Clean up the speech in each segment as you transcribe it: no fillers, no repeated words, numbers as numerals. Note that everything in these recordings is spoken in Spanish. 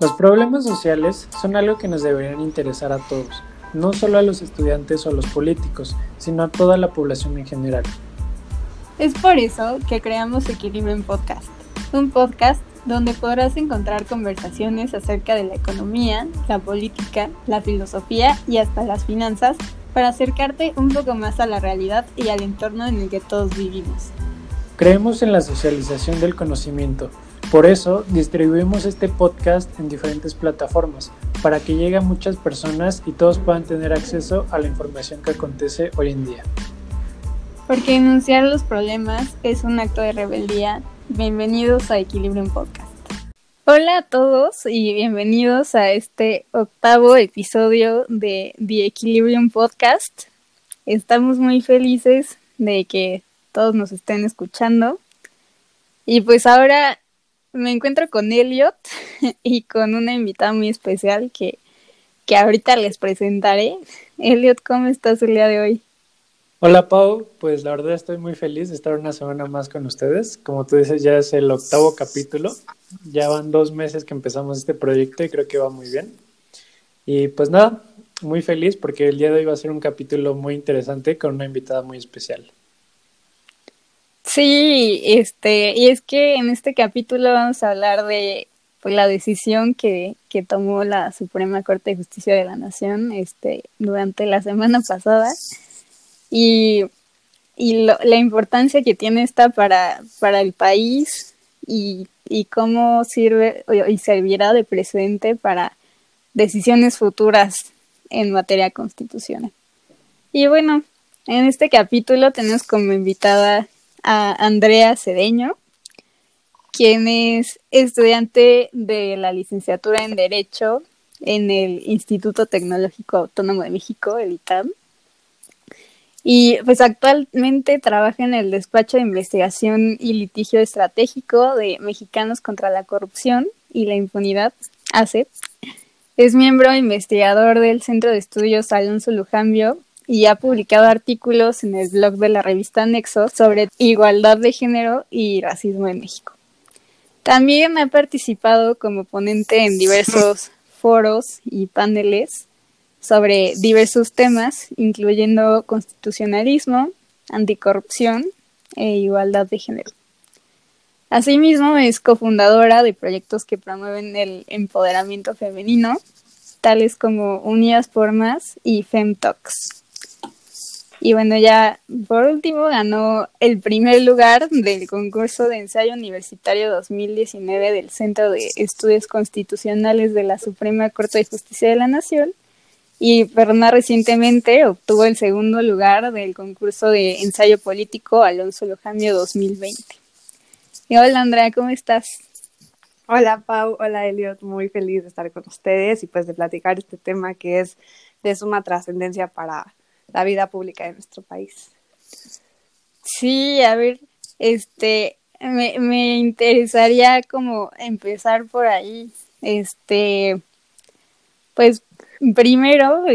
Los problemas sociales son algo que nos deberían interesar a todos, no solo a los estudiantes o a los políticos, sino a toda la población en general. Es por eso que creamos Equilibrium Podcast, un podcast donde podrás encontrar conversaciones acerca de la economía, la política, la filosofía y hasta las finanzas para acercarte un poco más a la realidad y al entorno en el que todos vivimos. Creemos en la socialización del conocimiento, por eso distribuimos este podcast en diferentes plataformas, para que llegue a muchas personas y todos puedan tener acceso a la información que acontece hoy en día. Porque denunciar los problemas es un acto de rebeldía. Bienvenidos a Equilibrium Podcast. Hola a todos y bienvenidos a este 8º episodio de The Equilibrium Podcast. Estamos muy felices de que todos nos estén escuchando. Y pues ahora me encuentro con Elliot y con una invitada muy especial que ahorita les presentaré. Elliot, ¿cómo estás el día de hoy? Hola Pau, pues la verdad estoy muy feliz de estar una semana más con ustedes. Como tú dices, ya es el 8º capítulo. Ya van 2 meses que empezamos este proyecto y creo que va muy bien. Y pues nada, muy feliz porque el día de hoy va a ser un capítulo muy interesante con una invitada muy especial. Sí, y es que en este capítulo vamos a hablar de pues, la decisión que tomó la Suprema Corte de Justicia de la Nación durante la semana pasada y la importancia que tiene esta para el país y cómo sirve y servirá de precedente para decisiones futuras en materia constitucional. Y bueno, en este capítulo tenemos como invitada a Andrea Cedeño, quien es estudiante de la licenciatura en Derecho en el Instituto Tecnológico Autónomo de México, el ITAM. Y pues actualmente trabaja en el Despacho de Investigación y Litigio Estratégico de Mexicanos contra la Corrupción y la Impunidad, ACE. Es miembro investigador del Centro de Estudios Alonso Lujambio y ha publicado artículos en el blog de la revista Nexo sobre igualdad de género y racismo en México. También ha participado como ponente en diversos foros y paneles sobre diversos temas, incluyendo constitucionalismo, anticorrupción e igualdad de género. Asimismo, es cofundadora de proyectos que promueven el empoderamiento femenino, tales como Unidas por Más y FemTalks. Y bueno, ya por último ganó el primer lugar del concurso de ensayo universitario 2019 del Centro de Estudios Constitucionales de la Suprema Corte de Justicia de la Nación. Y más recientemente obtuvo el segundo lugar del concurso de ensayo político Alonso Lujambio 2020. Y hola Andrea, ¿cómo estás? Hola Pau, hola Elliot, muy feliz de estar con ustedes y pues de platicar este tema que es de suma trascendencia para la vida pública de nuestro país. Sí, a ver, me interesaría como empezar por ahí, pues primero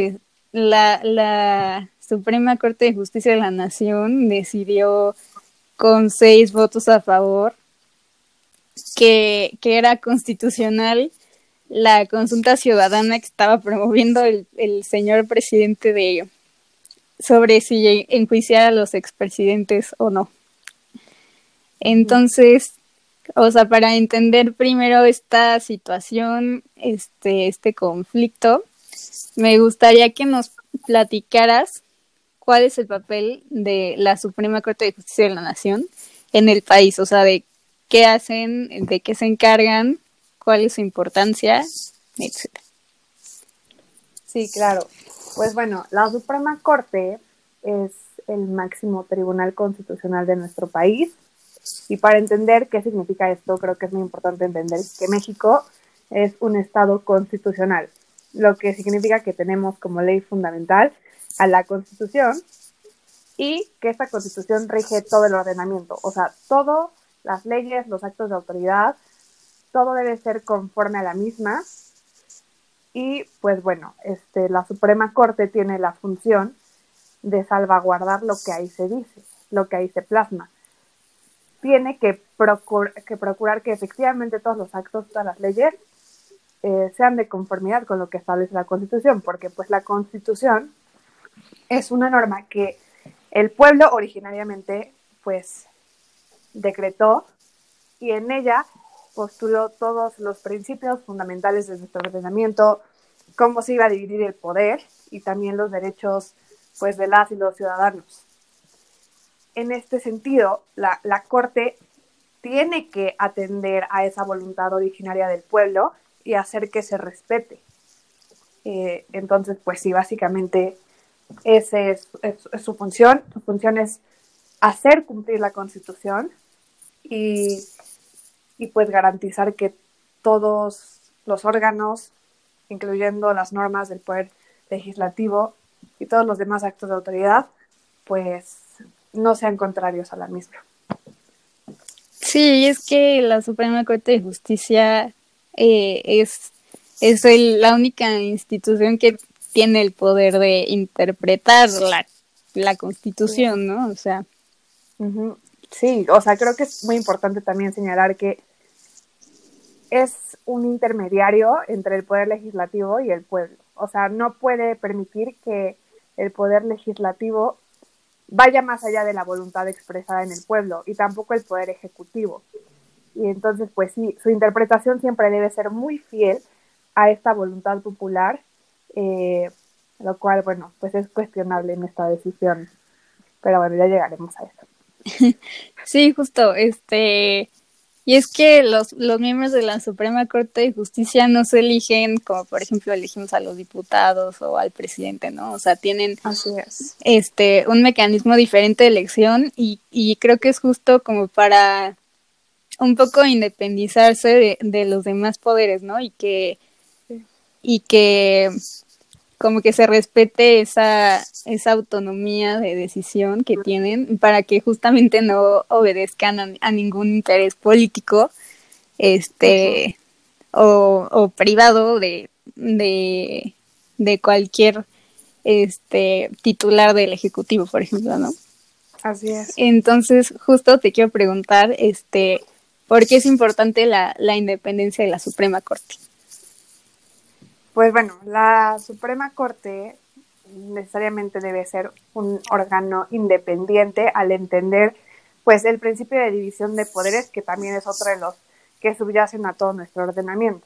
la Suprema Corte de Justicia de la Nación decidió con 6 votos a favor que era constitucional la consulta ciudadana que estaba promoviendo el señor presidente sobre si enjuiciar a los expresidentes o no. Entonces, o sea, para entender primero esta situación, este conflicto, me gustaría que nos platicaras cuál es el papel de la Suprema Corte de Justicia de la Nación en el país, o sea, de qué hacen, de qué se encargan, cuál es su importancia, etc. Sí, claro. Pues bueno, la Suprema Corte es el máximo tribunal constitucional de nuestro país. Y para entender qué significa esto, creo que es muy importante entender que México es un estado constitucional, lo que significa que tenemos como ley fundamental a la Constitución y que esta Constitución rige todo el ordenamiento, o sea, todas las leyes, los actos de autoridad, todo debe ser conforme a la misma. Y pues bueno, la Suprema Corte tiene la función de salvaguardar lo que ahí se dice, lo que ahí se plasma. Tiene que procurar que efectivamente todos los actos, todas las leyes sean de conformidad con lo que establece la Constitución, porque pues la Constitución es una norma que el pueblo originariamente pues decretó y en ella postuló todos los principios fundamentales de nuestro ordenamiento, cómo se iba a dividir el poder y también los derechos pues de las y los ciudadanos. En este sentido, la Corte tiene que atender a esa voluntad originaria del pueblo y hacer que se respete. Entonces, pues sí, básicamente esa es su función. Su función es hacer cumplir la Constitución y pues garantizar que todos los órganos, incluyendo las normas del Poder Legislativo y todos los demás actos de autoridad, pues no sean contrarios a la misma. Sí, es que la Suprema Corte de Justicia es la única institución que tiene el poder de interpretar la Constitución, ¿no? O sea. Uh-huh. Sí, o sea, creo que es muy importante también señalar que es un intermediario entre el poder legislativo y el pueblo. O sea, no puede permitir que el poder legislativo vaya más allá de la voluntad expresada en el pueblo y tampoco el poder ejecutivo. Y entonces, pues sí, su interpretación siempre debe ser muy fiel a esta voluntad popular, lo cual, bueno, pues es cuestionable en esta decisión. Pero bueno, ya llegaremos a eso. Sí, justo, y es que los miembros de la Suprema Corte de Justicia no se eligen como, por ejemplo, elegimos a los diputados o al presidente, ¿no? O sea, tienen Así es. Un mecanismo diferente de elección y creo que es justo como para un poco independizarse de los demás poderes, ¿no? Y que como que se respete esa autonomía de decisión que tienen para que justamente no obedezcan a ningún interés político o privado de cualquier titular del Ejecutivo, por ejemplo, ¿no? Así es. Entonces, justo te quiero preguntar, ¿por qué es importante la independencia de la Suprema Corte? Pues bueno, la Suprema Corte necesariamente debe ser un órgano independiente al entender pues el principio de división de poderes, que también es otro de los que subyacen a todo nuestro ordenamiento.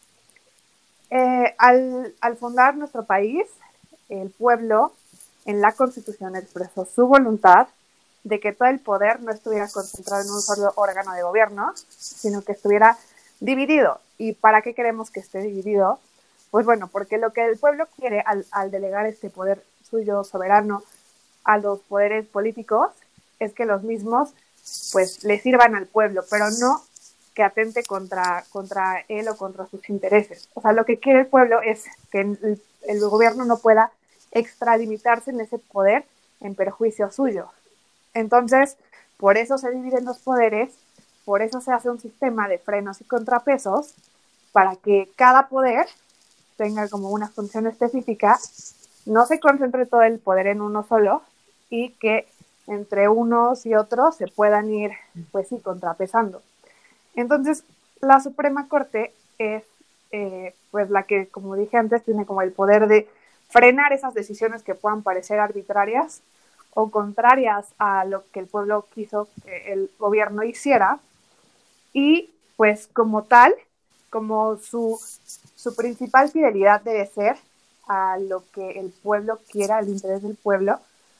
Al fundar nuestro país, el pueblo en la Constitución expresó su voluntad de que todo el poder no estuviera concentrado en un solo órgano de gobierno, sino que estuviera dividido. ¿Y para qué queremos que esté dividido? Pues bueno, porque lo que el pueblo quiere al delegar este poder suyo soberano a los poderes políticos es que los mismos pues le sirvan al pueblo, pero no que atente contra él o contra sus intereses. O sea, lo que quiere el pueblo es que el gobierno no pueda extralimitarse en ese poder en perjuicio suyo. Entonces, por eso se dividen los poderes, por eso se hace un sistema de frenos y contrapesos, para que cada poder tenga como una función específica, no se concentre todo el poder en uno solo y que entre unos y otros se puedan ir, pues sí, contrapesando. Entonces, la Suprema Corte es pues la que, como dije antes, tiene como el poder de frenar esas decisiones que puedan parecer arbitrarias o contrarias a lo que el pueblo quiso que el gobierno hiciera, y pues como tal, como su principal fidelidad debe ser a lo que el pueblo quiera, al interés del pueblo,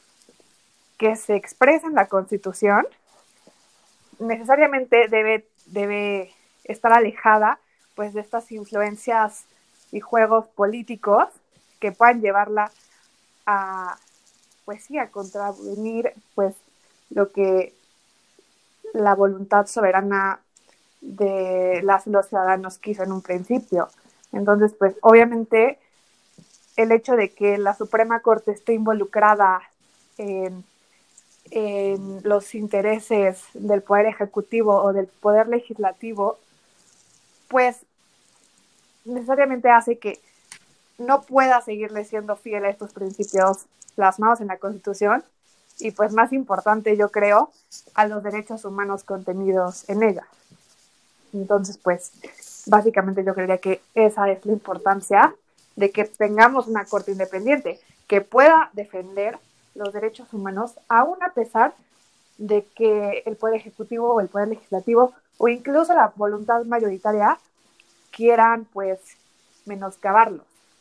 que se expresa en la Constitución, necesariamente debe estar alejada pues de estas influencias y juegos políticos que puedan llevarla a pues sí, a contravenir pues lo que la voluntad soberana de los ciudadanos quiso en un principio. Entonces, pues obviamente el hecho de que la Suprema Corte esté involucrada en los intereses del Poder Ejecutivo o del Poder Legislativo, pues necesariamente hace que no pueda seguirle siendo fiel a estos principios plasmados en la Constitución y pues más importante, yo creo, a los derechos humanos contenidos en ella. Entonces, pues básicamente yo creería que esa es la importancia de que tengamos una corte independiente que pueda defender los derechos humanos, aún a pesar de que el Poder Ejecutivo o el Poder Legislativo o incluso la voluntad mayoritaria quieran, pues, menoscabarlos.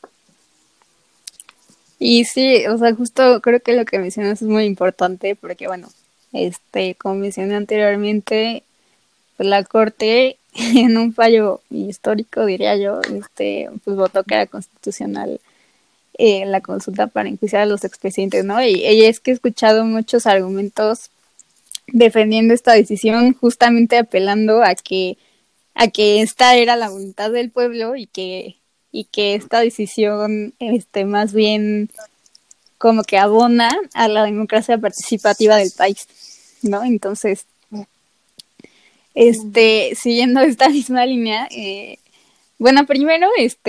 Y sí, o sea, justo creo que lo que mencionas es muy importante porque, bueno, como mencioné anteriormente, pues la Corte, en un fallo histórico, diría yo, pues votó que era constitucional la consulta para enjuiciar a los expresidentes, ¿no? Y es que he escuchado muchos argumentos defendiendo esta decisión, justamente apelando a que esta era la voluntad del pueblo y que esta decisión, más bien como que abona a la democracia participativa del país, ¿no? Entonces, siguiendo esta misma línea, bueno, primero,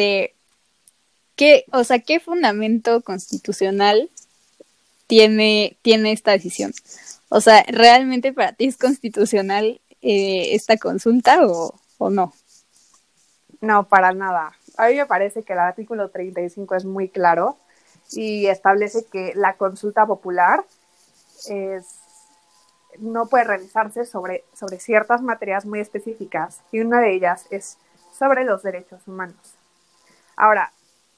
o sea, ¿qué fundamento constitucional tiene esta decisión? O sea, ¿realmente para ti es constitucional esta consulta o no? No, para nada. A mí me parece que el artículo 35 es muy claro y establece que la consulta popular no puede realizarse sobre ciertas materias muy específicas y una de ellas es sobre los derechos humanos. Ahora,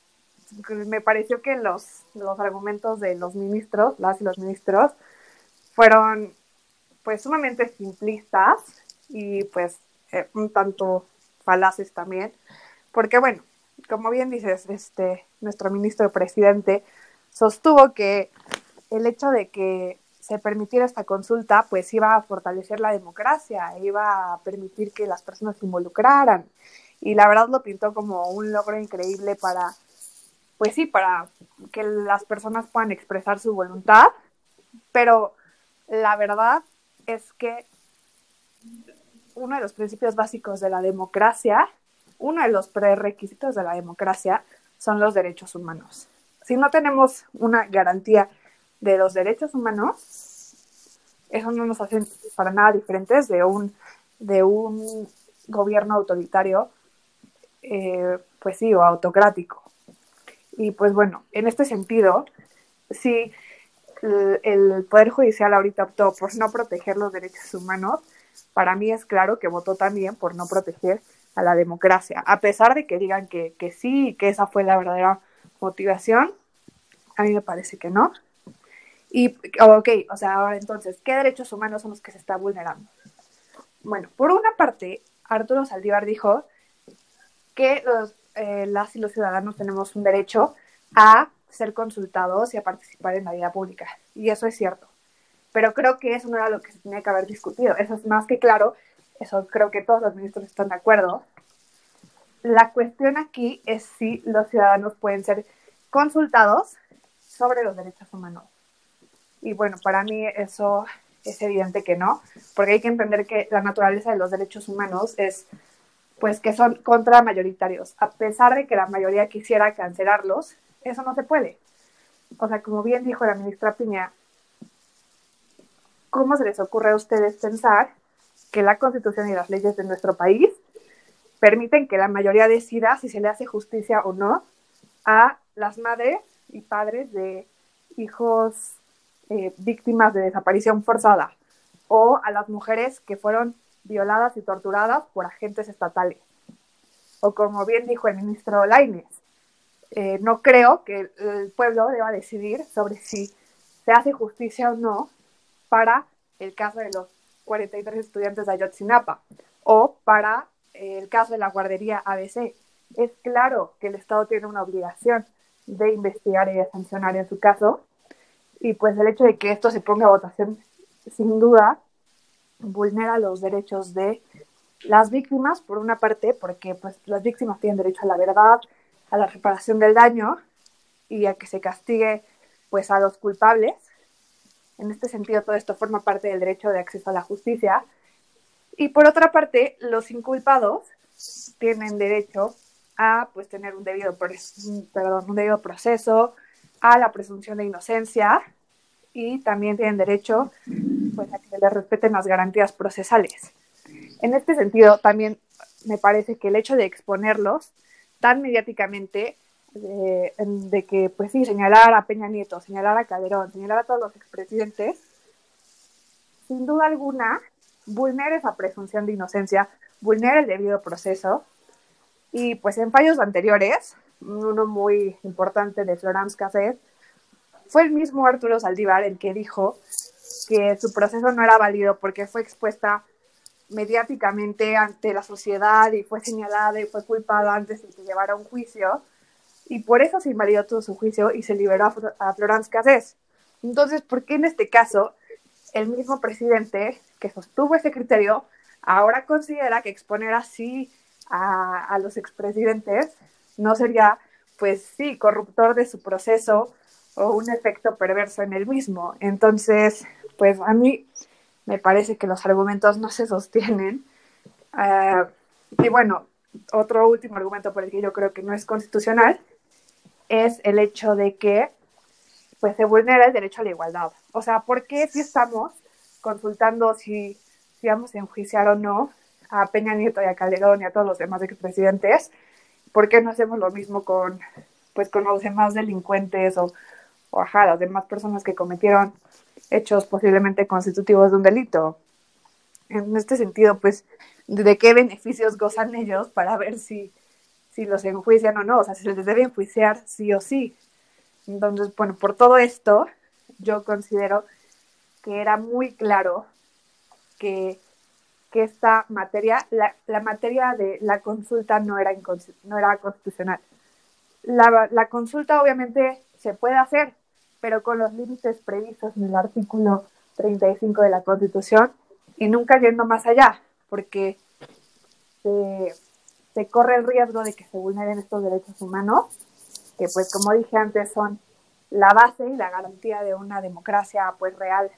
me pareció que los argumentos de los ministros, las y los ministros, fueron pues sumamente simplistas y pues un tanto falaces también, porque bueno, como bien dices, nuestro ministro presidente sostuvo que el hecho de que se permitiera esta consulta pues iba a fortalecer la democracia, iba a permitir que las personas se involucraran, y la verdad lo pintó como un logro increíble para, pues sí, para que las personas puedan expresar su voluntad, pero la verdad es que uno de los principios básicos de la democracia, uno de los prerequisitos de la democracia son los derechos humanos. Si no tenemos una garantía de los derechos humanos, eso no nos hace para nada diferentes de un gobierno autoritario, pues sí, o autocrático. Y pues bueno, en este sentido, sí, el Poder Judicial ahorita optó por no proteger los derechos humanos. Para mí es claro que votó también por no proteger a la democracia, a pesar de que digan que sí, que esa fue la verdadera motivación. A mí me parece que no. Y, ok, o sea, ahora entonces, ¿qué derechos humanos son los que se está vulnerando? Bueno, por una parte, Arturo Saldívar dijo que las y los ciudadanos tenemos un derecho a ser consultados y a participar en la vida pública. Y eso es cierto. Pero creo que eso no era lo que se tenía que haber discutido. Eso es más que claro. Eso creo que todos los ministros están de acuerdo. La cuestión aquí es si los ciudadanos pueden ser consultados sobre los derechos humanos. Y bueno, para mí eso es evidente que no, porque hay que entender que la naturaleza de los derechos humanos es pues que son contramayoritarios. A pesar de que la mayoría quisiera cancelarlos, eso no se puede. O sea, como bien dijo la ministra Piña, ¿cómo se les ocurre a ustedes pensar que la Constitución y las leyes de nuestro país permiten que la mayoría decida si se le hace justicia o no a las madres y padres de hijos víctimas de desaparición forzada, o a las mujeres que fueron violadas y torturadas por agentes estatales? O como bien dijo el ministro Lainez, no creo que el pueblo deba decidir sobre si se hace justicia o no para el caso de los 43 estudiantes de Ayotzinapa o para el caso de la guardería ABC. Es claro que el Estado tiene una obligación de investigar y de sancionar en su caso, y pues el hecho de que esto se ponga a votación sin duda vulnera los derechos de las víctimas, por una parte, porque pues las víctimas tienen derecho a la verdad, a la reparación del daño y a que se castigue pues a los culpables. En este sentido, todo esto forma parte del derecho de acceso a la justicia. Y por otra parte, los inculpados tienen derecho a pues tener un debido proceso, a la presunción de inocencia, y también tienen derecho pues a que se les respeten las garantías procesales. En este sentido, también me parece que el hecho de exponerlos tan mediáticamente, de que, pues sí, señalar a Peña Nieto, señalar a Calderón, señalar a todos los expresidentes, sin duda alguna, vulnera esa presunción de inocencia, vulnera el debido proceso, y pues en fallos anteriores, uno muy importante de Florence Cassés, fue el mismo Arturo Saldívar el que dijo que su proceso no era válido porque fue expuesta mediáticamente ante la sociedad y fue señalada y fue culpada antes de que llevara un juicio, y por eso se invalidó todo su juicio y se liberó a Florence Cassés. Entonces, ¿por qué en este caso el mismo presidente que sostuvo ese criterio ahora considera que exponer así a los expresidentes no sería, pues sí, corruptor de su proceso o un efecto perverso en el mismo? Entonces, pues a mí me parece que los argumentos no se sostienen. Y bueno, otro último argumento por el que yo creo que no es constitucional es el hecho de que pues se vulnera el derecho a la igualdad. O sea, ¿por qué si estamos consultando si vamos a enjuiciar o no a Peña Nieto y a Calderón y a todos los demás expresidentes? ¿Por qué no hacemos lo mismo pues, con los demás delincuentes o las demás personas que cometieron hechos posiblemente constitutivos de un delito? En este sentido, pues, ¿de qué beneficios gozan ellos para ver si los enjuician o no? O sea, si se les debe enjuiciar sí o sí. Entonces, bueno, por todo esto, yo considero que era muy claro que, que esta materia, la materia de la consulta no era constitucional. La consulta obviamente se puede hacer, pero con los límites previstos en el artículo 35 de la Constitución y nunca yendo más allá, porque se corre el riesgo de que se vulneren estos derechos humanos, que pues como dije antes son la base y la garantía de una democracia pues real.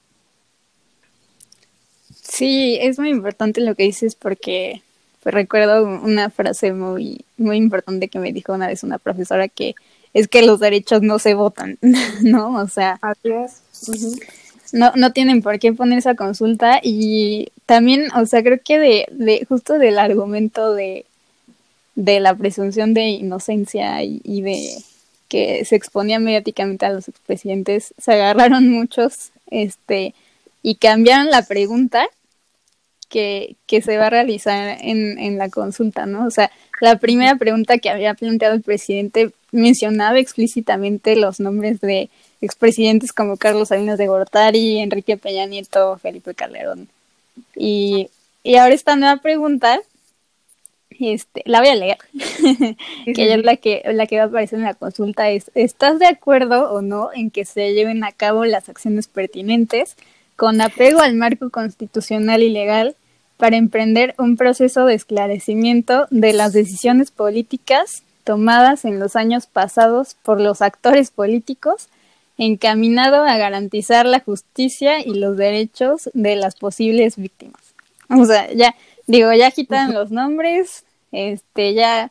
Sí, es muy importante lo que dices porque pues, recuerdo una frase muy, muy importante que me dijo una vez una profesora, que es que los derechos no se votan, ¿no? O sea, Así es. Uh-huh. no tienen por qué ponerse a consulta. Y también, o sea, creo que de justo del argumento de la presunción de inocencia y de que se exponía mediáticamente a los expresidentes, se agarraron muchos, y cambiaron la pregunta que se va a realizar en la consulta, ¿no? O sea, la primera pregunta que había planteado el presidente mencionaba explícitamente los nombres de expresidentes como Carlos Salinas de Gortari, Enrique Peña Nieto, Felipe Calderón. Y ahora esta nueva pregunta, la voy a leer, Sí, que sí, ya es sí. la que va a aparecer en la consulta, es: ¿estás de acuerdo o no en que se lleven a cabo las acciones pertinentes con apego al marco constitucional y legal para emprender un proceso de esclarecimiento de las decisiones políticas tomadas en los años pasados por los actores políticos, encaminado a garantizar la justicia y los derechos de las posibles víctimas? O sea, ya, digo, ya quitan los nombres, ya,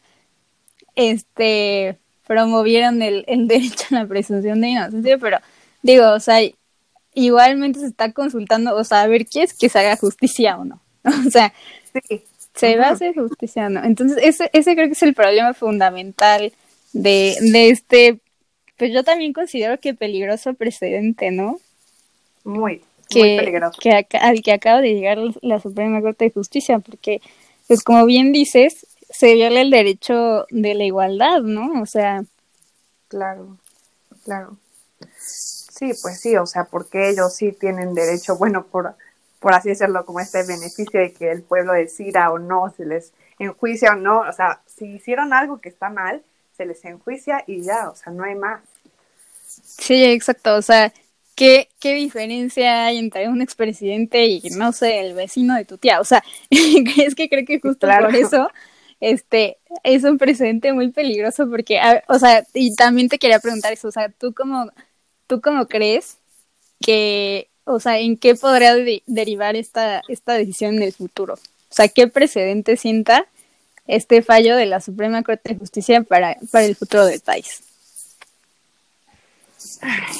promovieron el derecho a la presunción de inocencia, pero digo, o sea, igualmente se está consultando, o sea, a ver, ¿quieres que se haga justicia o no? O sea, Sí. ¿se va a Uh-huh. hacer justicia o no? Entonces, ese creo que es el problema fundamental de pues yo también considero que peligroso precedente, ¿no? Muy, muy peligroso. Al que acaba de llegar la Suprema Corte de Justicia, porque, pues como bien dices, se viola el derecho de la igualdad, ¿no? O sea, Claro, claro. Sí, pues sí, o sea, porque ellos sí tienen derecho, bueno, por así decirlo, como este beneficio de que el pueblo decida o no, se les enjuicia o no, o sea, si hicieron algo que está mal, se les enjuicia y ya, o sea, no hay más. sí, exacto, o sea, ¿qué diferencia hay entre un expresidente y, no sé, el vecino de tu tía? O sea, es que creo que Sí, justo claro. por eso, es un precedente muy peligroso porque, o sea, y también te quería preguntar eso, o sea, ¿tú cómo crees que, o sea, en qué podría derivar esta decisión en el futuro? O sea, ¿qué precedente sienta este fallo de la Suprema Corte de Justicia para el futuro del país?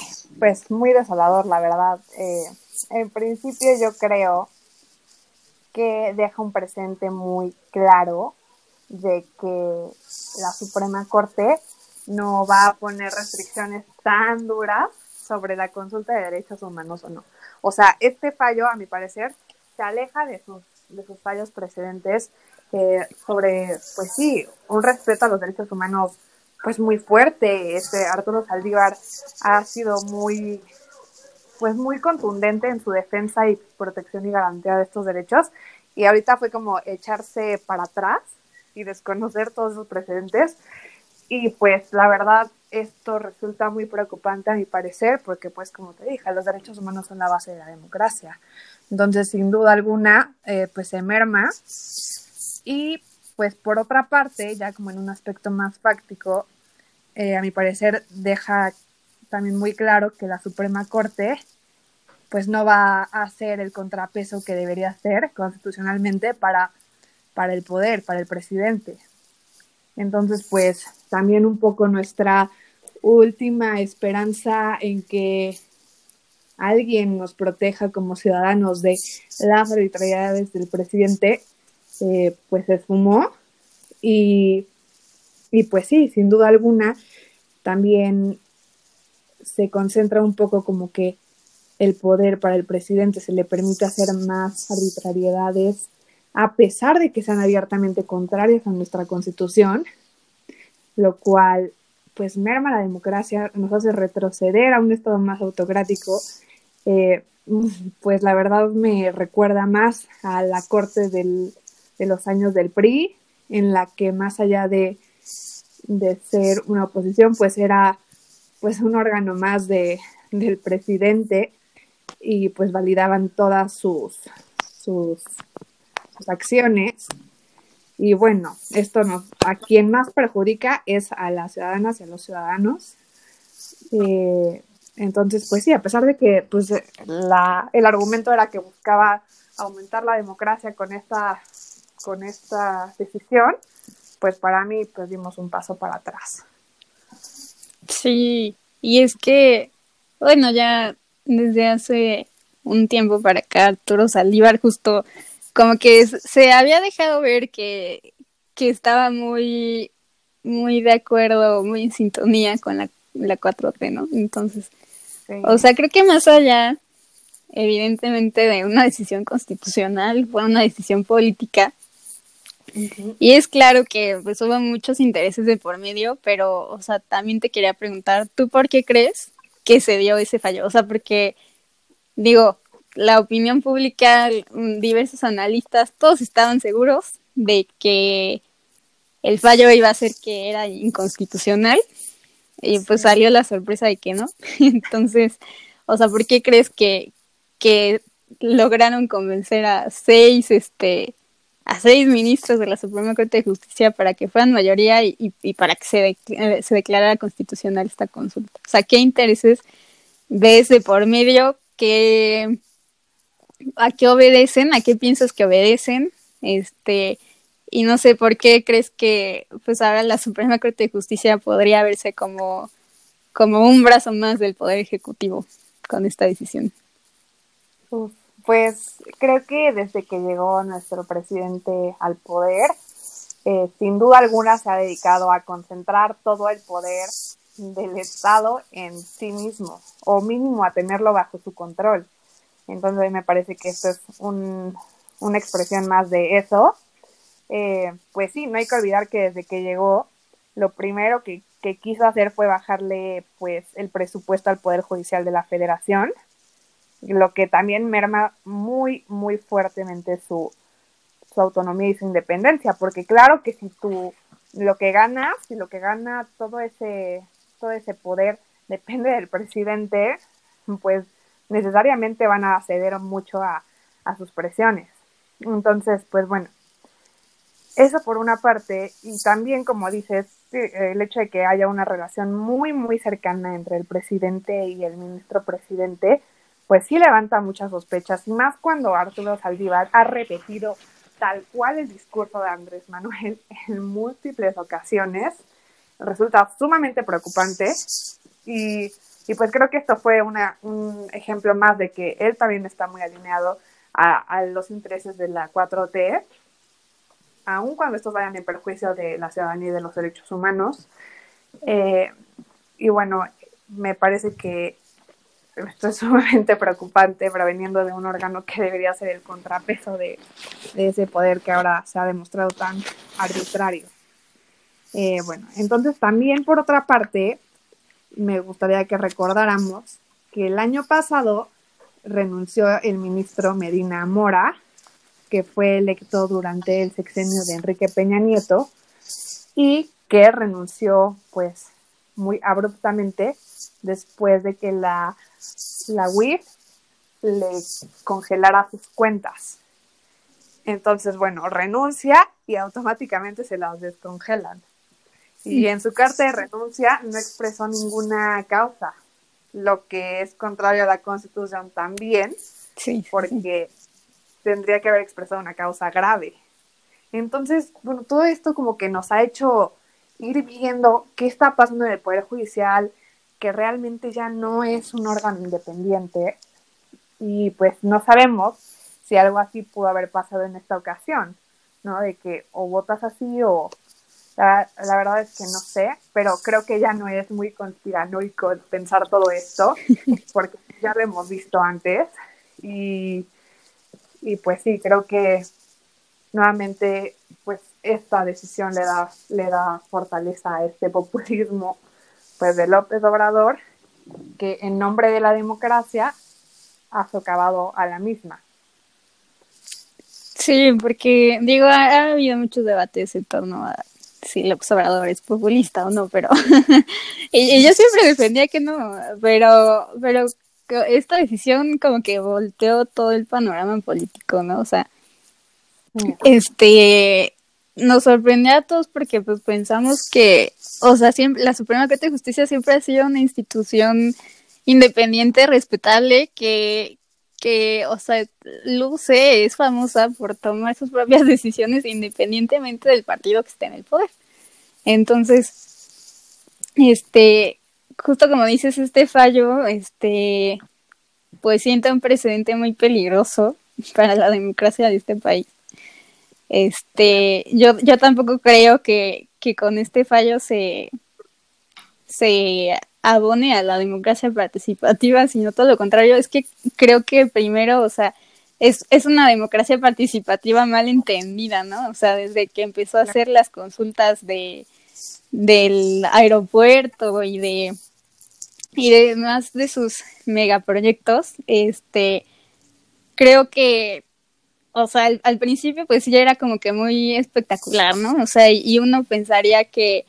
Pues muy desolador, la verdad. En principio yo creo que deja un precedente muy claro de que la Suprema Corte no va a poner restricciones tan duras sobre la consulta de derechos humanos o no. O sea, este fallo, a mi parecer, se aleja de sus fallos precedentes sobre, pues sí, un respeto a los derechos humanos pues muy fuerte. Arturo Saldívar ha sido muy contundente en su defensa y protección y garantía de estos derechos, y ahorita fue como echarse para atrás y desconocer todos esos precedentes, y pues la verdad esto resulta muy preocupante a mi parecer, porque pues como te dije, los derechos humanos son la base de la democracia. Entonces sin duda alguna pues se merma. Y pues por otra parte, ya como en un aspecto más fáctico, a mi parecer deja también muy claro que la Suprema Corte pues no va a ser el contrapeso que debería ser constitucionalmente para el poder, para el presidente. Entonces, pues también un poco nuestra última esperanza en que alguien nos proteja como ciudadanos de las arbitrariedades del presidente, pues se esfumó. Y, y pues sí, sin duda alguna, también se concentra un poco como que el poder para el presidente se le permite hacer más arbitrariedades, a pesar de que sean abiertamente contrarias a nuestra Constitución, lo cual pues merma la democracia, nos hace retroceder a un estado más autocrático. Pues la verdad me recuerda más a la corte de los años del PRI, en la que más allá de ser una oposición, pues era pues un órgano más del presidente, y pues validaban todas sus acciones. Y bueno, a quien más perjudica es a las ciudadanas y a los ciudadanos. Entonces, pues sí, a pesar de que pues, el argumento era que buscaba aumentar la democracia con esta decisión, pues para mí pues dimos un paso para atrás. Sí, y es que, bueno, ya desde hace un tiempo para acá, Arturo Saldívar justo como que se había dejado ver que estaba muy de acuerdo, muy en sintonía con la 4T, ¿no? Entonces, Sí. o sea, creo que más allá, evidentemente, de una decisión constitucional, fue una decisión política. Uh-huh. Y es claro que pues hubo muchos intereses de por medio, pero, o sea, también te quería preguntar, ¿tú por qué crees que se dio ese fallo? O sea, porque, digo, la opinión pública, diversos analistas, todos estaban seguros de que el fallo iba a ser que era inconstitucional, y pues Sí. salió la sorpresa de que no. Entonces, o sea, ¿por qué crees que lograron convencer a seis ministros de la Suprema Corte de Justicia para que fueran mayoría y para que se declarara constitucional esta consulta? O sea, ¿qué intereses ves de por medio? ¿A qué obedecen? ¿A qué piensas que obedecen? Y no sé por qué crees que pues ahora la Suprema Corte de Justicia podría verse como un brazo más del Poder Ejecutivo con esta decisión. Pues creo que desde que llegó nuestro presidente al poder, sin duda alguna se ha dedicado a concentrar todo el poder del Estado en sí mismo, o mínimo a tenerlo bajo su control. Entonces me parece que esto es una expresión más de eso. Pues sí, no hay que olvidar que desde que llegó, lo primero que quiso hacer fue bajarle pues el presupuesto al Poder Judicial de la Federación, lo que también merma muy, muy fuertemente su autonomía y su independencia, porque claro que si lo que gana todo ese poder depende del presidente, pues necesariamente van a ceder mucho a sus presiones. Entonces, pues bueno, eso por una parte, y también, como dices, el hecho de que haya una relación muy, muy cercana entre el presidente y el ministro presidente, pues sí levanta muchas sospechas, y más cuando Arturo Saldívar ha repetido tal cual el discurso de Andrés Manuel en múltiples ocasiones. Resulta sumamente preocupante, y pues creo que esto fue un ejemplo más de que él también está muy alineado a los intereses de la 4T, aun cuando estos vayan en perjuicio de la ciudadanía y de los derechos humanos. Y bueno, me parece que esto es sumamente preocupante, proveniendo de un órgano que debería ser el contrapeso de ese poder que ahora se ha demostrado tan arbitrario. Bueno, entonces también por otra parte, me gustaría que recordáramos que el año pasado renunció el ministro Medina Mora, que fue electo durante el sexenio de Enrique Peña Nieto y que renunció pues muy abruptamente después de que la UIF le congelara sus cuentas. Entonces, bueno, renuncia y automáticamente se las descongelan. Y en su carta de renuncia no expresó ninguna causa, lo que es contrario a la Constitución también, Sí, porque tendría que haber expresado una causa grave. Entonces, bueno, todo esto como que nos ha hecho ir viendo qué está pasando en el Poder Judicial, que realmente ya no es un órgano independiente, y pues no sabemos si algo así pudo haber pasado en esta ocasión, ¿no? De que o votas así o... La verdad es que no sé, pero creo que ya no es muy conspiranoico pensar todo esto, porque ya lo hemos visto antes, y pues sí, creo que nuevamente pues esta decisión le da fortaleza a este populismo pues de López Obrador, que en nombre de la democracia ha socavado a la misma. sí, porque digo, ha habido muchos debates en torno a si López Obrador es populista o no, pero y yo siempre defendía que no, pero esta decisión como que volteó todo el panorama político, ¿no? O sea, nos sorprendió a todos porque pues pensamos que, o sea, siempre la Suprema Corte de Justicia siempre ha sido una institución independiente, respetable, o sea, luce, es famosa por tomar sus propias decisiones independientemente del partido que esté en el poder. Entonces, justo como dices, este fallo, pues sienta un precedente muy peligroso para la democracia de este país. Yo tampoco creo que con este fallo se abone a la democracia participativa, sino todo lo contrario. Es que creo que primero, o sea, es una democracia participativa mal entendida, ¿no? O sea, desde que empezó a hacer las consultas del aeropuerto y de más de sus megaproyectos, creo que, o sea, al principio pues ya era como que muy espectacular, ¿no? O sea, y uno pensaría que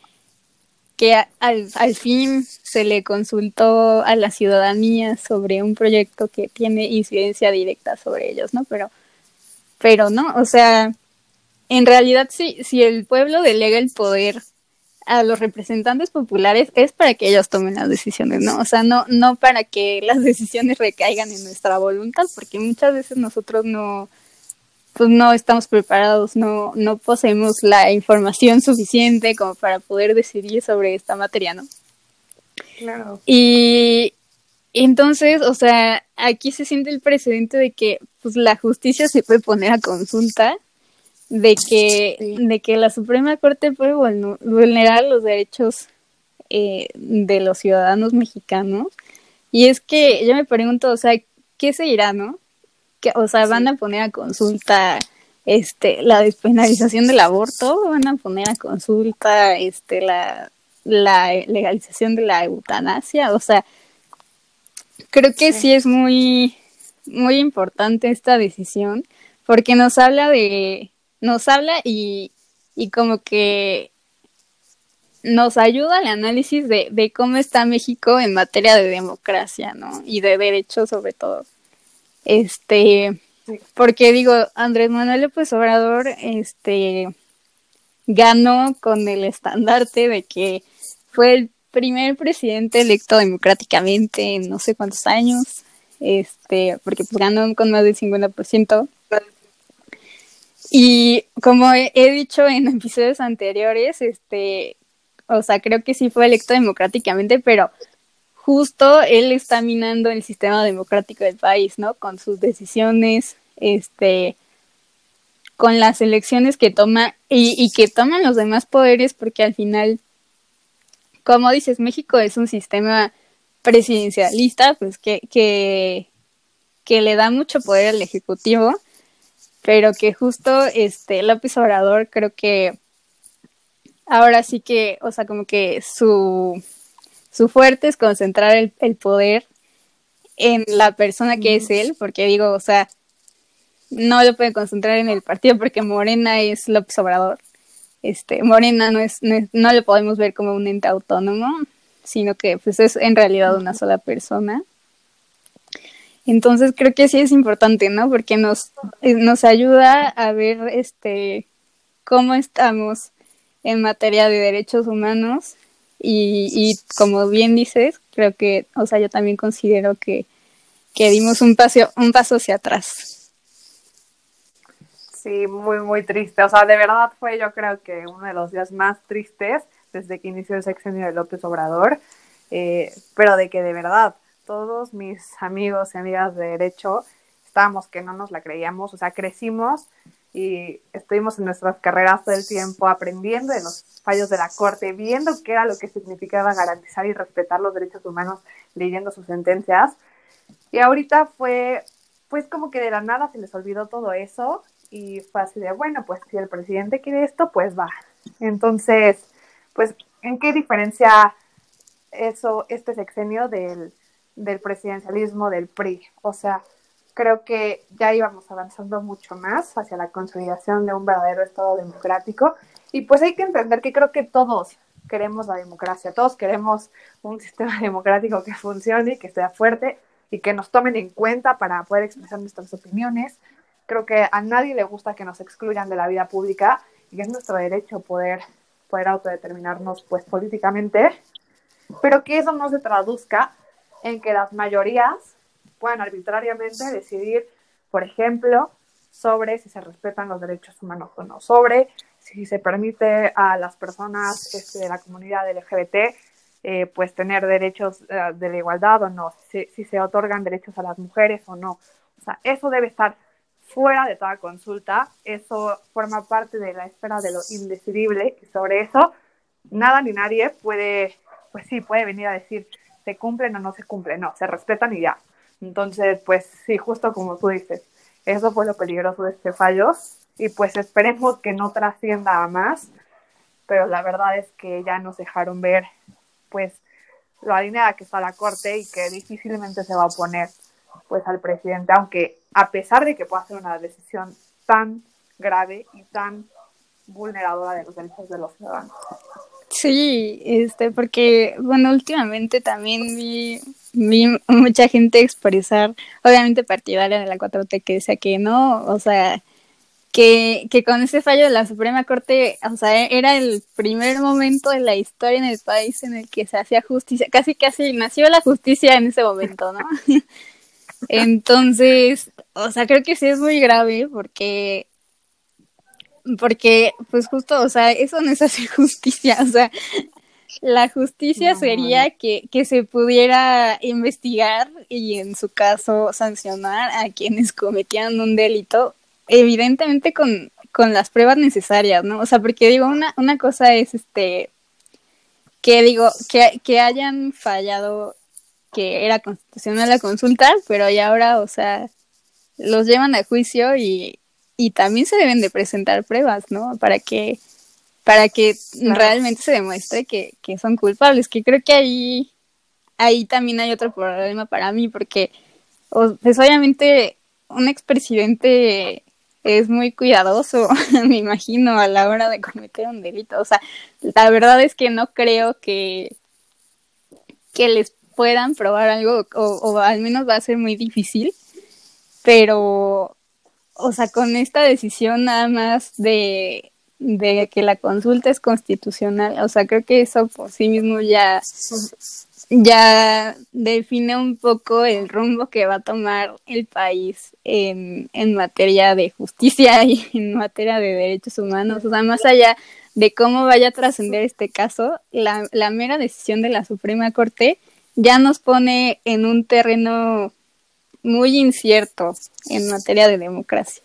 al fin se le consultó a la ciudadanía sobre un proyecto que tiene incidencia directa sobre ellos, ¿no? Pero no, o sea, en realidad si el pueblo delega el poder a los representantes populares es para que ellos tomen las decisiones, ¿no? O sea, no para que las decisiones recaigan en nuestra voluntad, porque muchas veces nosotros pues no estamos preparados, no poseemos la información suficiente como para poder decidir sobre esta materia, ¿no? Claro. Y entonces, o sea, aquí se siente el precedente de que pues la justicia se puede poner a consulta, de que la Suprema Corte puede vulnerar los derechos de los ciudadanos mexicanos. Y es que yo me pregunto, o sea, ¿qué se irá, no? O sea, van a poner a consulta la despenalización del aborto, van a poner a consulta la legalización de la eutanasia, o sea, creo que sí es muy, muy importante esta decisión, porque nos habla y como que nos ayuda al análisis de cómo está México en materia de democracia, ¿no? Y de derechos sobre todo. Porque digo, Andrés Manuel López Obrador, ganó con el estandarte de que fue el primer presidente electo democráticamente en no sé cuántos años, porque pues ganó con más del 50%. Y como he dicho en episodios anteriores, o sea, creo que sí fue electo democráticamente, pero justo él está minando el sistema democrático del país, ¿no? Con sus decisiones, con las elecciones que toma y que toman los demás poderes, porque al final, como dices, México es un sistema presidencialista, pues que le da mucho poder al Ejecutivo, pero que justo López Obrador creo que ahora sí que, o sea, como que su fuerte es concentrar el poder en la persona que es él, porque digo, o sea, no lo puede concentrar en el partido porque Morena es López Obrador. Morena no lo podemos ver como un ente autónomo, sino que pues es en realidad una sola persona. Entonces creo que sí es importante, ¿no? Porque nos ayuda a ver cómo estamos en materia de derechos humanos y como bien dices, creo que, o sea, yo también considero que dimos un paso hacia atrás. Sí, muy, muy triste. O sea, de verdad fue yo creo que uno de los días más tristes desde que inició el sexenio de López Obrador, pero de que de verdad todos mis amigos y amigas de derecho estábamos que no nos la creíamos, o sea, crecimos y estuvimos en nuestras carreras todo el tiempo aprendiendo de los fallos de la Corte, viendo qué era lo que significaba garantizar y respetar los derechos humanos, leyendo sus sentencias. Y ahorita fue, pues como que de la nada se les olvidó todo eso y fue así de, bueno, pues si el presidente quiere esto, pues va. Entonces, pues, ¿en qué diferencia eso, este sexenio del presidencialismo del PRI? O sea, creo que ya íbamos avanzando mucho más hacia la consolidación de un verdadero Estado democrático y pues hay que entender que creo que todos queremos la democracia, todos queremos un sistema democrático que funcione, que sea fuerte y que nos tomen en cuenta para poder expresar nuestras opiniones. Creo que a nadie le gusta que nos excluyan de la vida pública y es nuestro derecho poder autodeterminarnos pues políticamente, pero que eso no se traduzca en que las mayorías puedan arbitrariamente decidir, por ejemplo, sobre si se respetan los derechos humanos o no, sobre si se permite a las personas de la comunidad LGBT pues tener derechos de la igualdad o no, si se otorgan derechos a las mujeres o no. O sea, eso debe estar fuera de toda consulta, eso forma parte de la esfera de lo indecidible y sobre eso nada ni nadie puede, pues sí, puede venir a decir se cumplen o no se cumplen, no, se respetan y ya. Entonces, pues sí, justo como tú dices, eso fue lo peligroso de este fallo y pues esperemos que no trascienda a más, pero la verdad es que ya nos dejaron ver pues lo alineada que está la Corte y que difícilmente se va a oponer pues al presidente, aunque a pesar de que pueda ser una decisión tan grave y tan vulneradora de los derechos de los ciudadanos. Sí, porque, bueno, últimamente también vi mucha gente expresar, obviamente partidaria de la 4T, que decía que no, o sea, que con ese fallo de la Suprema Corte, o sea, era el primer momento de la historia en el país en el que se hacía justicia, casi nació la justicia en ese momento, ¿no? Entonces, o sea, creo que sí es muy grave porque pues justo, o sea, eso no es hacer justicia, o sea, la justicia sería que se pudiera investigar y en su caso sancionar a quienes cometían un delito, evidentemente con las pruebas necesarias, ¿no? O sea, porque digo, una cosa es que digo, que hayan fallado que era constitucional la consulta, pero ya ahora, o sea, los llevan a juicio y también se deben de presentar pruebas, ¿no? Para que claro, realmente se demuestre que son culpables, que creo que ahí también hay otro problema para mí, porque pues obviamente un expresidente es muy cuidadoso, me imagino, a la hora de cometer un delito. O sea, la verdad es que no creo que les puedan probar algo, o al menos va a ser muy difícil, pero, o sea, con esta decisión nada más de que la consulta es constitucional, o sea, creo que eso por sí mismo ya define un poco el rumbo que va a tomar el país en materia de justicia y en materia de derechos humanos. O sea, más allá de cómo vaya a trascender este caso, la mera decisión de la Suprema Corte ya nos pone en un terreno muy incierto en materia de democracia.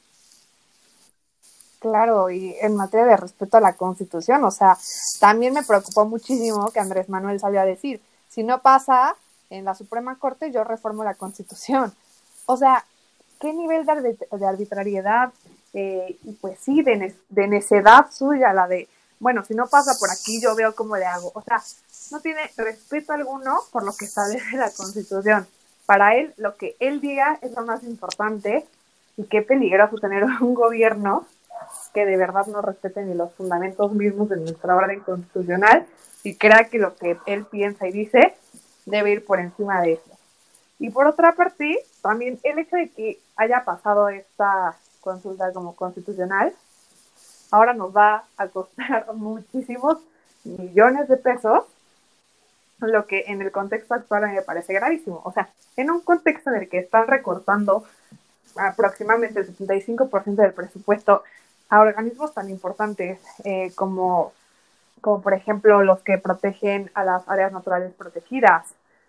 Claro, y en materia de respeto a la Constitución, o sea, también me preocupó muchísimo que Andrés Manuel salió a decir, si no pasa en la Suprema Corte, yo reformo la Constitución. O sea, ¿qué nivel de arbitrariedad y pues sí, de necedad suya, la de, bueno, si no pasa por aquí, yo veo cómo le hago? O sea, no tiene respeto alguno por lo que establece la Constitución. Para él, lo que él diga es lo más importante y qué peligroso tener un gobierno que de verdad no respete ni los fundamentos mismos de nuestra orden constitucional y crea que lo que él piensa y dice debe ir por encima de eso. Y por otra parte, también el hecho de que haya pasado esta consulta como constitucional, ahora nos va a costar muchísimos millones de pesos, lo que en el contexto actual a mí me parece gravísimo. O sea, en un contexto en el que están recortando aproximadamente el 75% del presupuesto a organismos tan importantes como por ejemplo los que protegen a las áreas naturales protegidas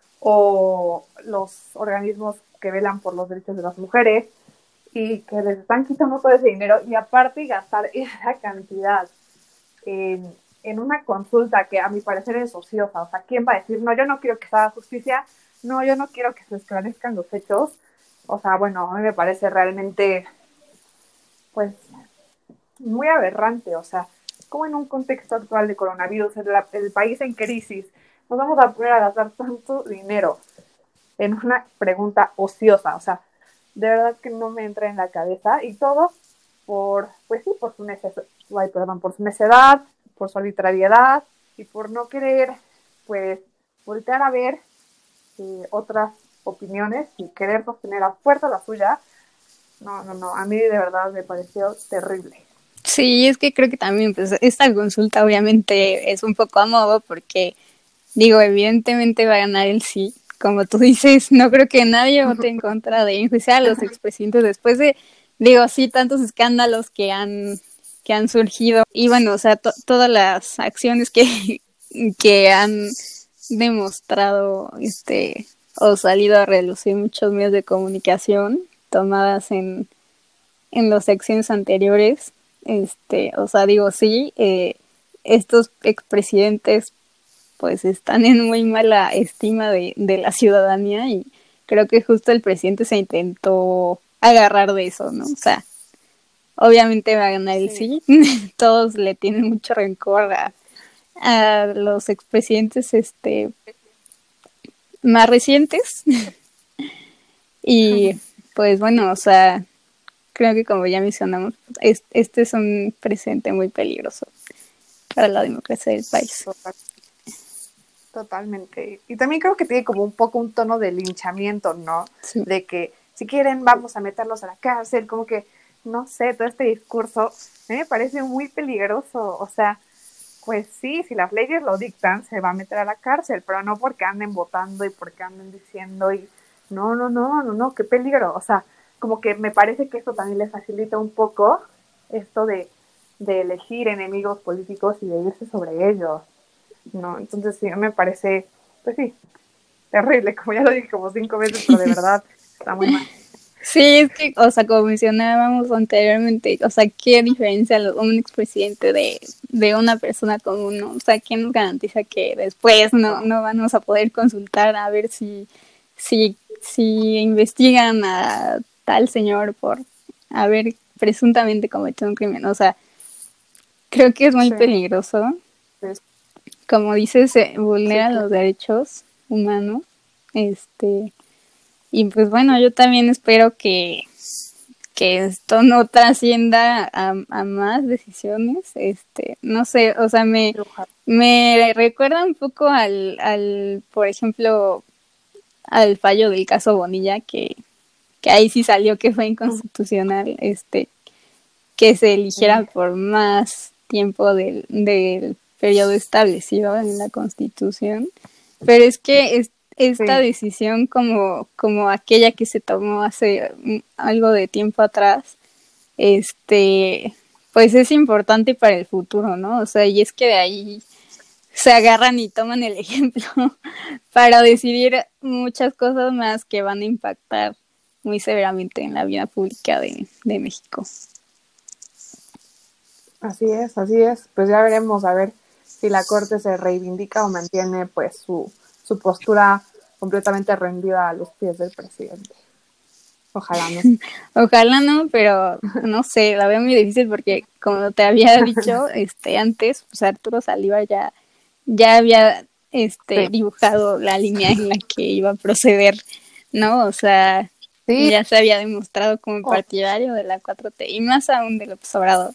o los organismos que velan por los derechos de las mujeres y que les están quitando todo ese dinero y aparte gastar esa cantidad en una consulta que a mi parecer es ociosa. O sea, ¿quién va a decir, no, yo no quiero que se haga justicia, no, yo no quiero que se esclarezcan los hechos? O sea, bueno, a mí me parece realmente, pues, muy aberrante. O sea, como en un contexto actual de coronavirus, el país en crisis, nos vamos a poner a gastar tanto dinero en una pregunta ociosa. O sea, de verdad que no me entra en la cabeza y todo pues sí, por su necedad, por su arbitrariedad y por no querer, pues, voltear a ver otras opiniones y querer sostener a fuerza la suya. No, no, no, a mí de verdad me pareció terrible. Sí, es que creo que también pues esta consulta obviamente es un poco a modo porque digo, evidentemente va a ganar el sí. Como tú dices, no creo que nadie vote en contra de enjuiciar a los expresidentes después de, digo, sí, tantos escándalos que han surgido. Y bueno, o sea, todas las acciones que han demostrado, o salido a relucir muchos medios de comunicación tomadas en las secciones anteriores, o sea, digo, sí, estos expresidentes pues están en muy mala estima de la ciudadanía y creo que justo el presidente se intentó agarrar de eso, ¿no? O sea, obviamente va a ganar el sí, todos le tienen mucho rencor a los expresidentes más recientes y pues bueno, o sea, creo que como ya mencionamos, este es un presente muy peligroso para la democracia del país. Totalmente. Y también creo que tiene como un poco un tono de linchamiento, ¿no? Sí. De que si quieren vamos a meterlos a la cárcel, como que, no sé, todo este discurso a mí me parece muy peligroso. O sea, pues sí, si las leyes lo dictan, se va a meter a la cárcel, pero no porque anden votando y porque anden diciendo y no, no, no, no, no, qué peligro. O sea, como que me parece que esto también le facilita un poco esto de elegir enemigos políticos y de irse sobre ellos. No, entonces sí, me parece, pues sí, terrible, como ya lo dije como 5 veces, pero de verdad está muy mal. Sí, es que, o sea, como mencionábamos anteriormente, o sea, ¿qué diferencia un expresidente de una persona común, ¿no? O sea, ¿quién nos garantiza que después no vamos a poder consultar a ver si investigan a tal señor por haber presuntamente cometido un crimen? O sea, creo que es muy peligroso. Como dices, se vulneran los derechos humanos. Y pues bueno, yo también espero que esto no trascienda a más decisiones. No sé, o sea, me recuerda un poco por ejemplo, al fallo del caso Bonilla, que ahí sí salió que fue inconstitucional, que se eligiera por más tiempo del periodo establecido en la Constitución. Pero es que esta decisión como aquella que se tomó hace algo de tiempo atrás, pues es importante para el futuro, ¿no? O sea, y es que de ahí se agarran y toman el ejemplo para decidir muchas cosas más que van a impactar muy severamente en la vida pública de México. Así es, así es. Pues ya veremos a ver si la Corte se reivindica o mantiene pues su postura completamente rendida a los pies del presidente. Ojalá no. Ojalá no, pero no sé, la veo muy difícil porque como te había dicho antes, pues Arturo Saldívar ya había Sí. dibujado la línea en la que iba a proceder, ¿no? O sea, Sí. ya se había demostrado como partidario de la 4T y más aún de López Obrador.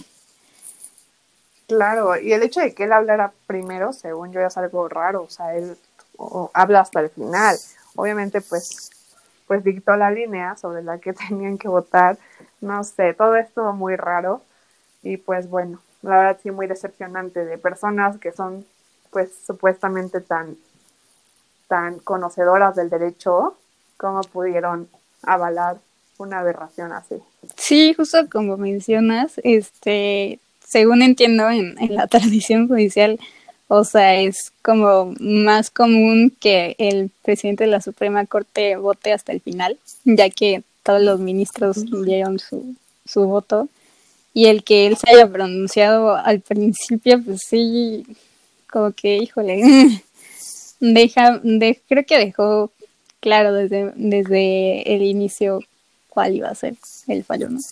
Claro, y el hecho de que él hablara primero, según yo, es algo raro, o sea, él habla hasta el final. Obviamente, pues dictó la línea sobre la que tenían que votar, no sé, todo esto muy raro y pues bueno, la verdad sí muy decepcionante de personas que son pues supuestamente tan conocedoras del derecho, como pudieron avalar una aberración así. Sí, justo como mencionas, según entiendo en la tradición judicial, o sea, es como más común que el presidente de la Suprema Corte vote hasta el final, ya que todos los ministros dieron su voto, y el que él se haya pronunciado al principio, pues sí, como que, híjole, creo que dejó claro desde el inicio cuál iba a ser el fallo, ¿no?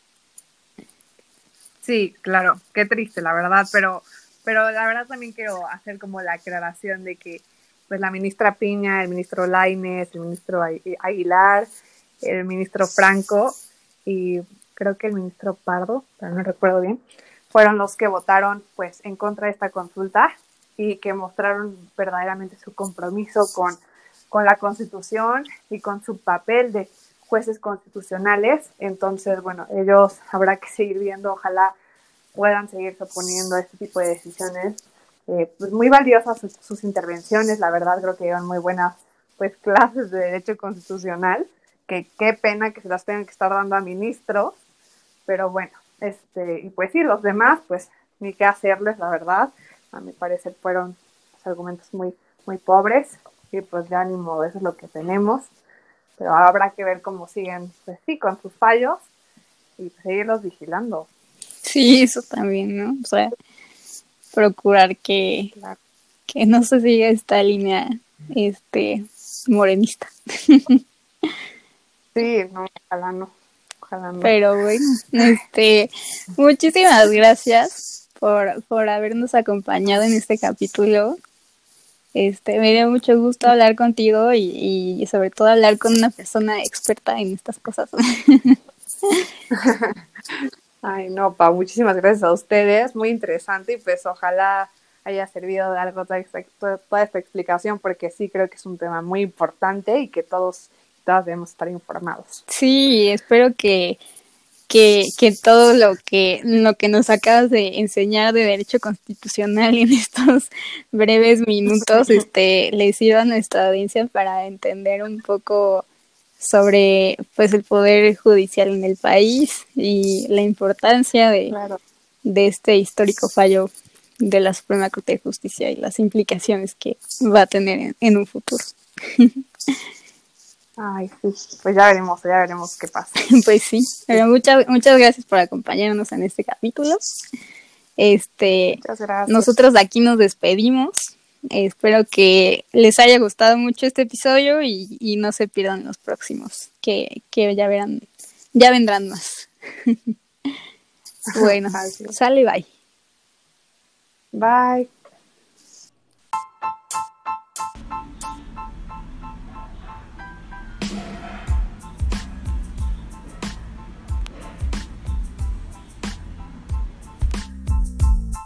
Sí, claro, qué triste, la verdad, pero la verdad también quiero hacer como la aclaración de que pues la ministra Piña, el ministro Lainez, el ministro Aguilar, el ministro Franco y creo que el ministro Pardo, pero no recuerdo bien, fueron los que votaron pues en contra de esta consulta y que mostraron verdaderamente su compromiso con la Constitución y con su papel de jueces constitucionales. Entonces, bueno, ellos habrá que seguir viendo, ojalá puedan seguirse oponiendo a este tipo de decisiones. Pues muy valiosas sus intervenciones, la verdad creo que dieron muy buenas pues clases de derecho constitucional, que qué pena que se las tengan que estar dando a ministros, pero bueno, y pues sí, los demás, pues ni qué hacerles, la verdad, a mi parecer fueron argumentos muy, muy pobres, y pues ya ni modo, eso es lo que tenemos, pero habrá que ver cómo siguen, pues sí, con sus fallos, y seguirlos vigilando. Sí, eso también, ¿no? O sea, procurar Claro. que no se siga esta línea, morenista. Sí, no, ojalá no, ojalá no. Pero bueno, muchísimas gracias por habernos acompañado en este capítulo. Me dio mucho gusto hablar contigo y sobre todo hablar con una persona experta en estas cosas. Ay, no, Pa, muchísimas gracias a ustedes, muy interesante y pues ojalá haya servido de algo toda esta explicación porque sí creo que es un tema muy importante y que todos y todas debemos estar informados. Sí, espero que todo lo que nos acabas de enseñar de derecho constitucional en estos breves minutos le sirva a nuestra audiencia para entender un poco sobre pues el poder judicial en el país y la importancia Claro. de este histórico fallo de la Suprema Corte de Justicia y las implicaciones que va a tener en un futuro. Ay, sí, pues ya veremos qué pasa. Pues sí, pero muchas gracias por acompañarnos en este capítulo. Muchas gracias. Nosotros de aquí nos despedimos. Espero que les haya gustado mucho este episodio y no se pierdan los próximos, que ya vendrán más. Bueno, sale, bye. Bye.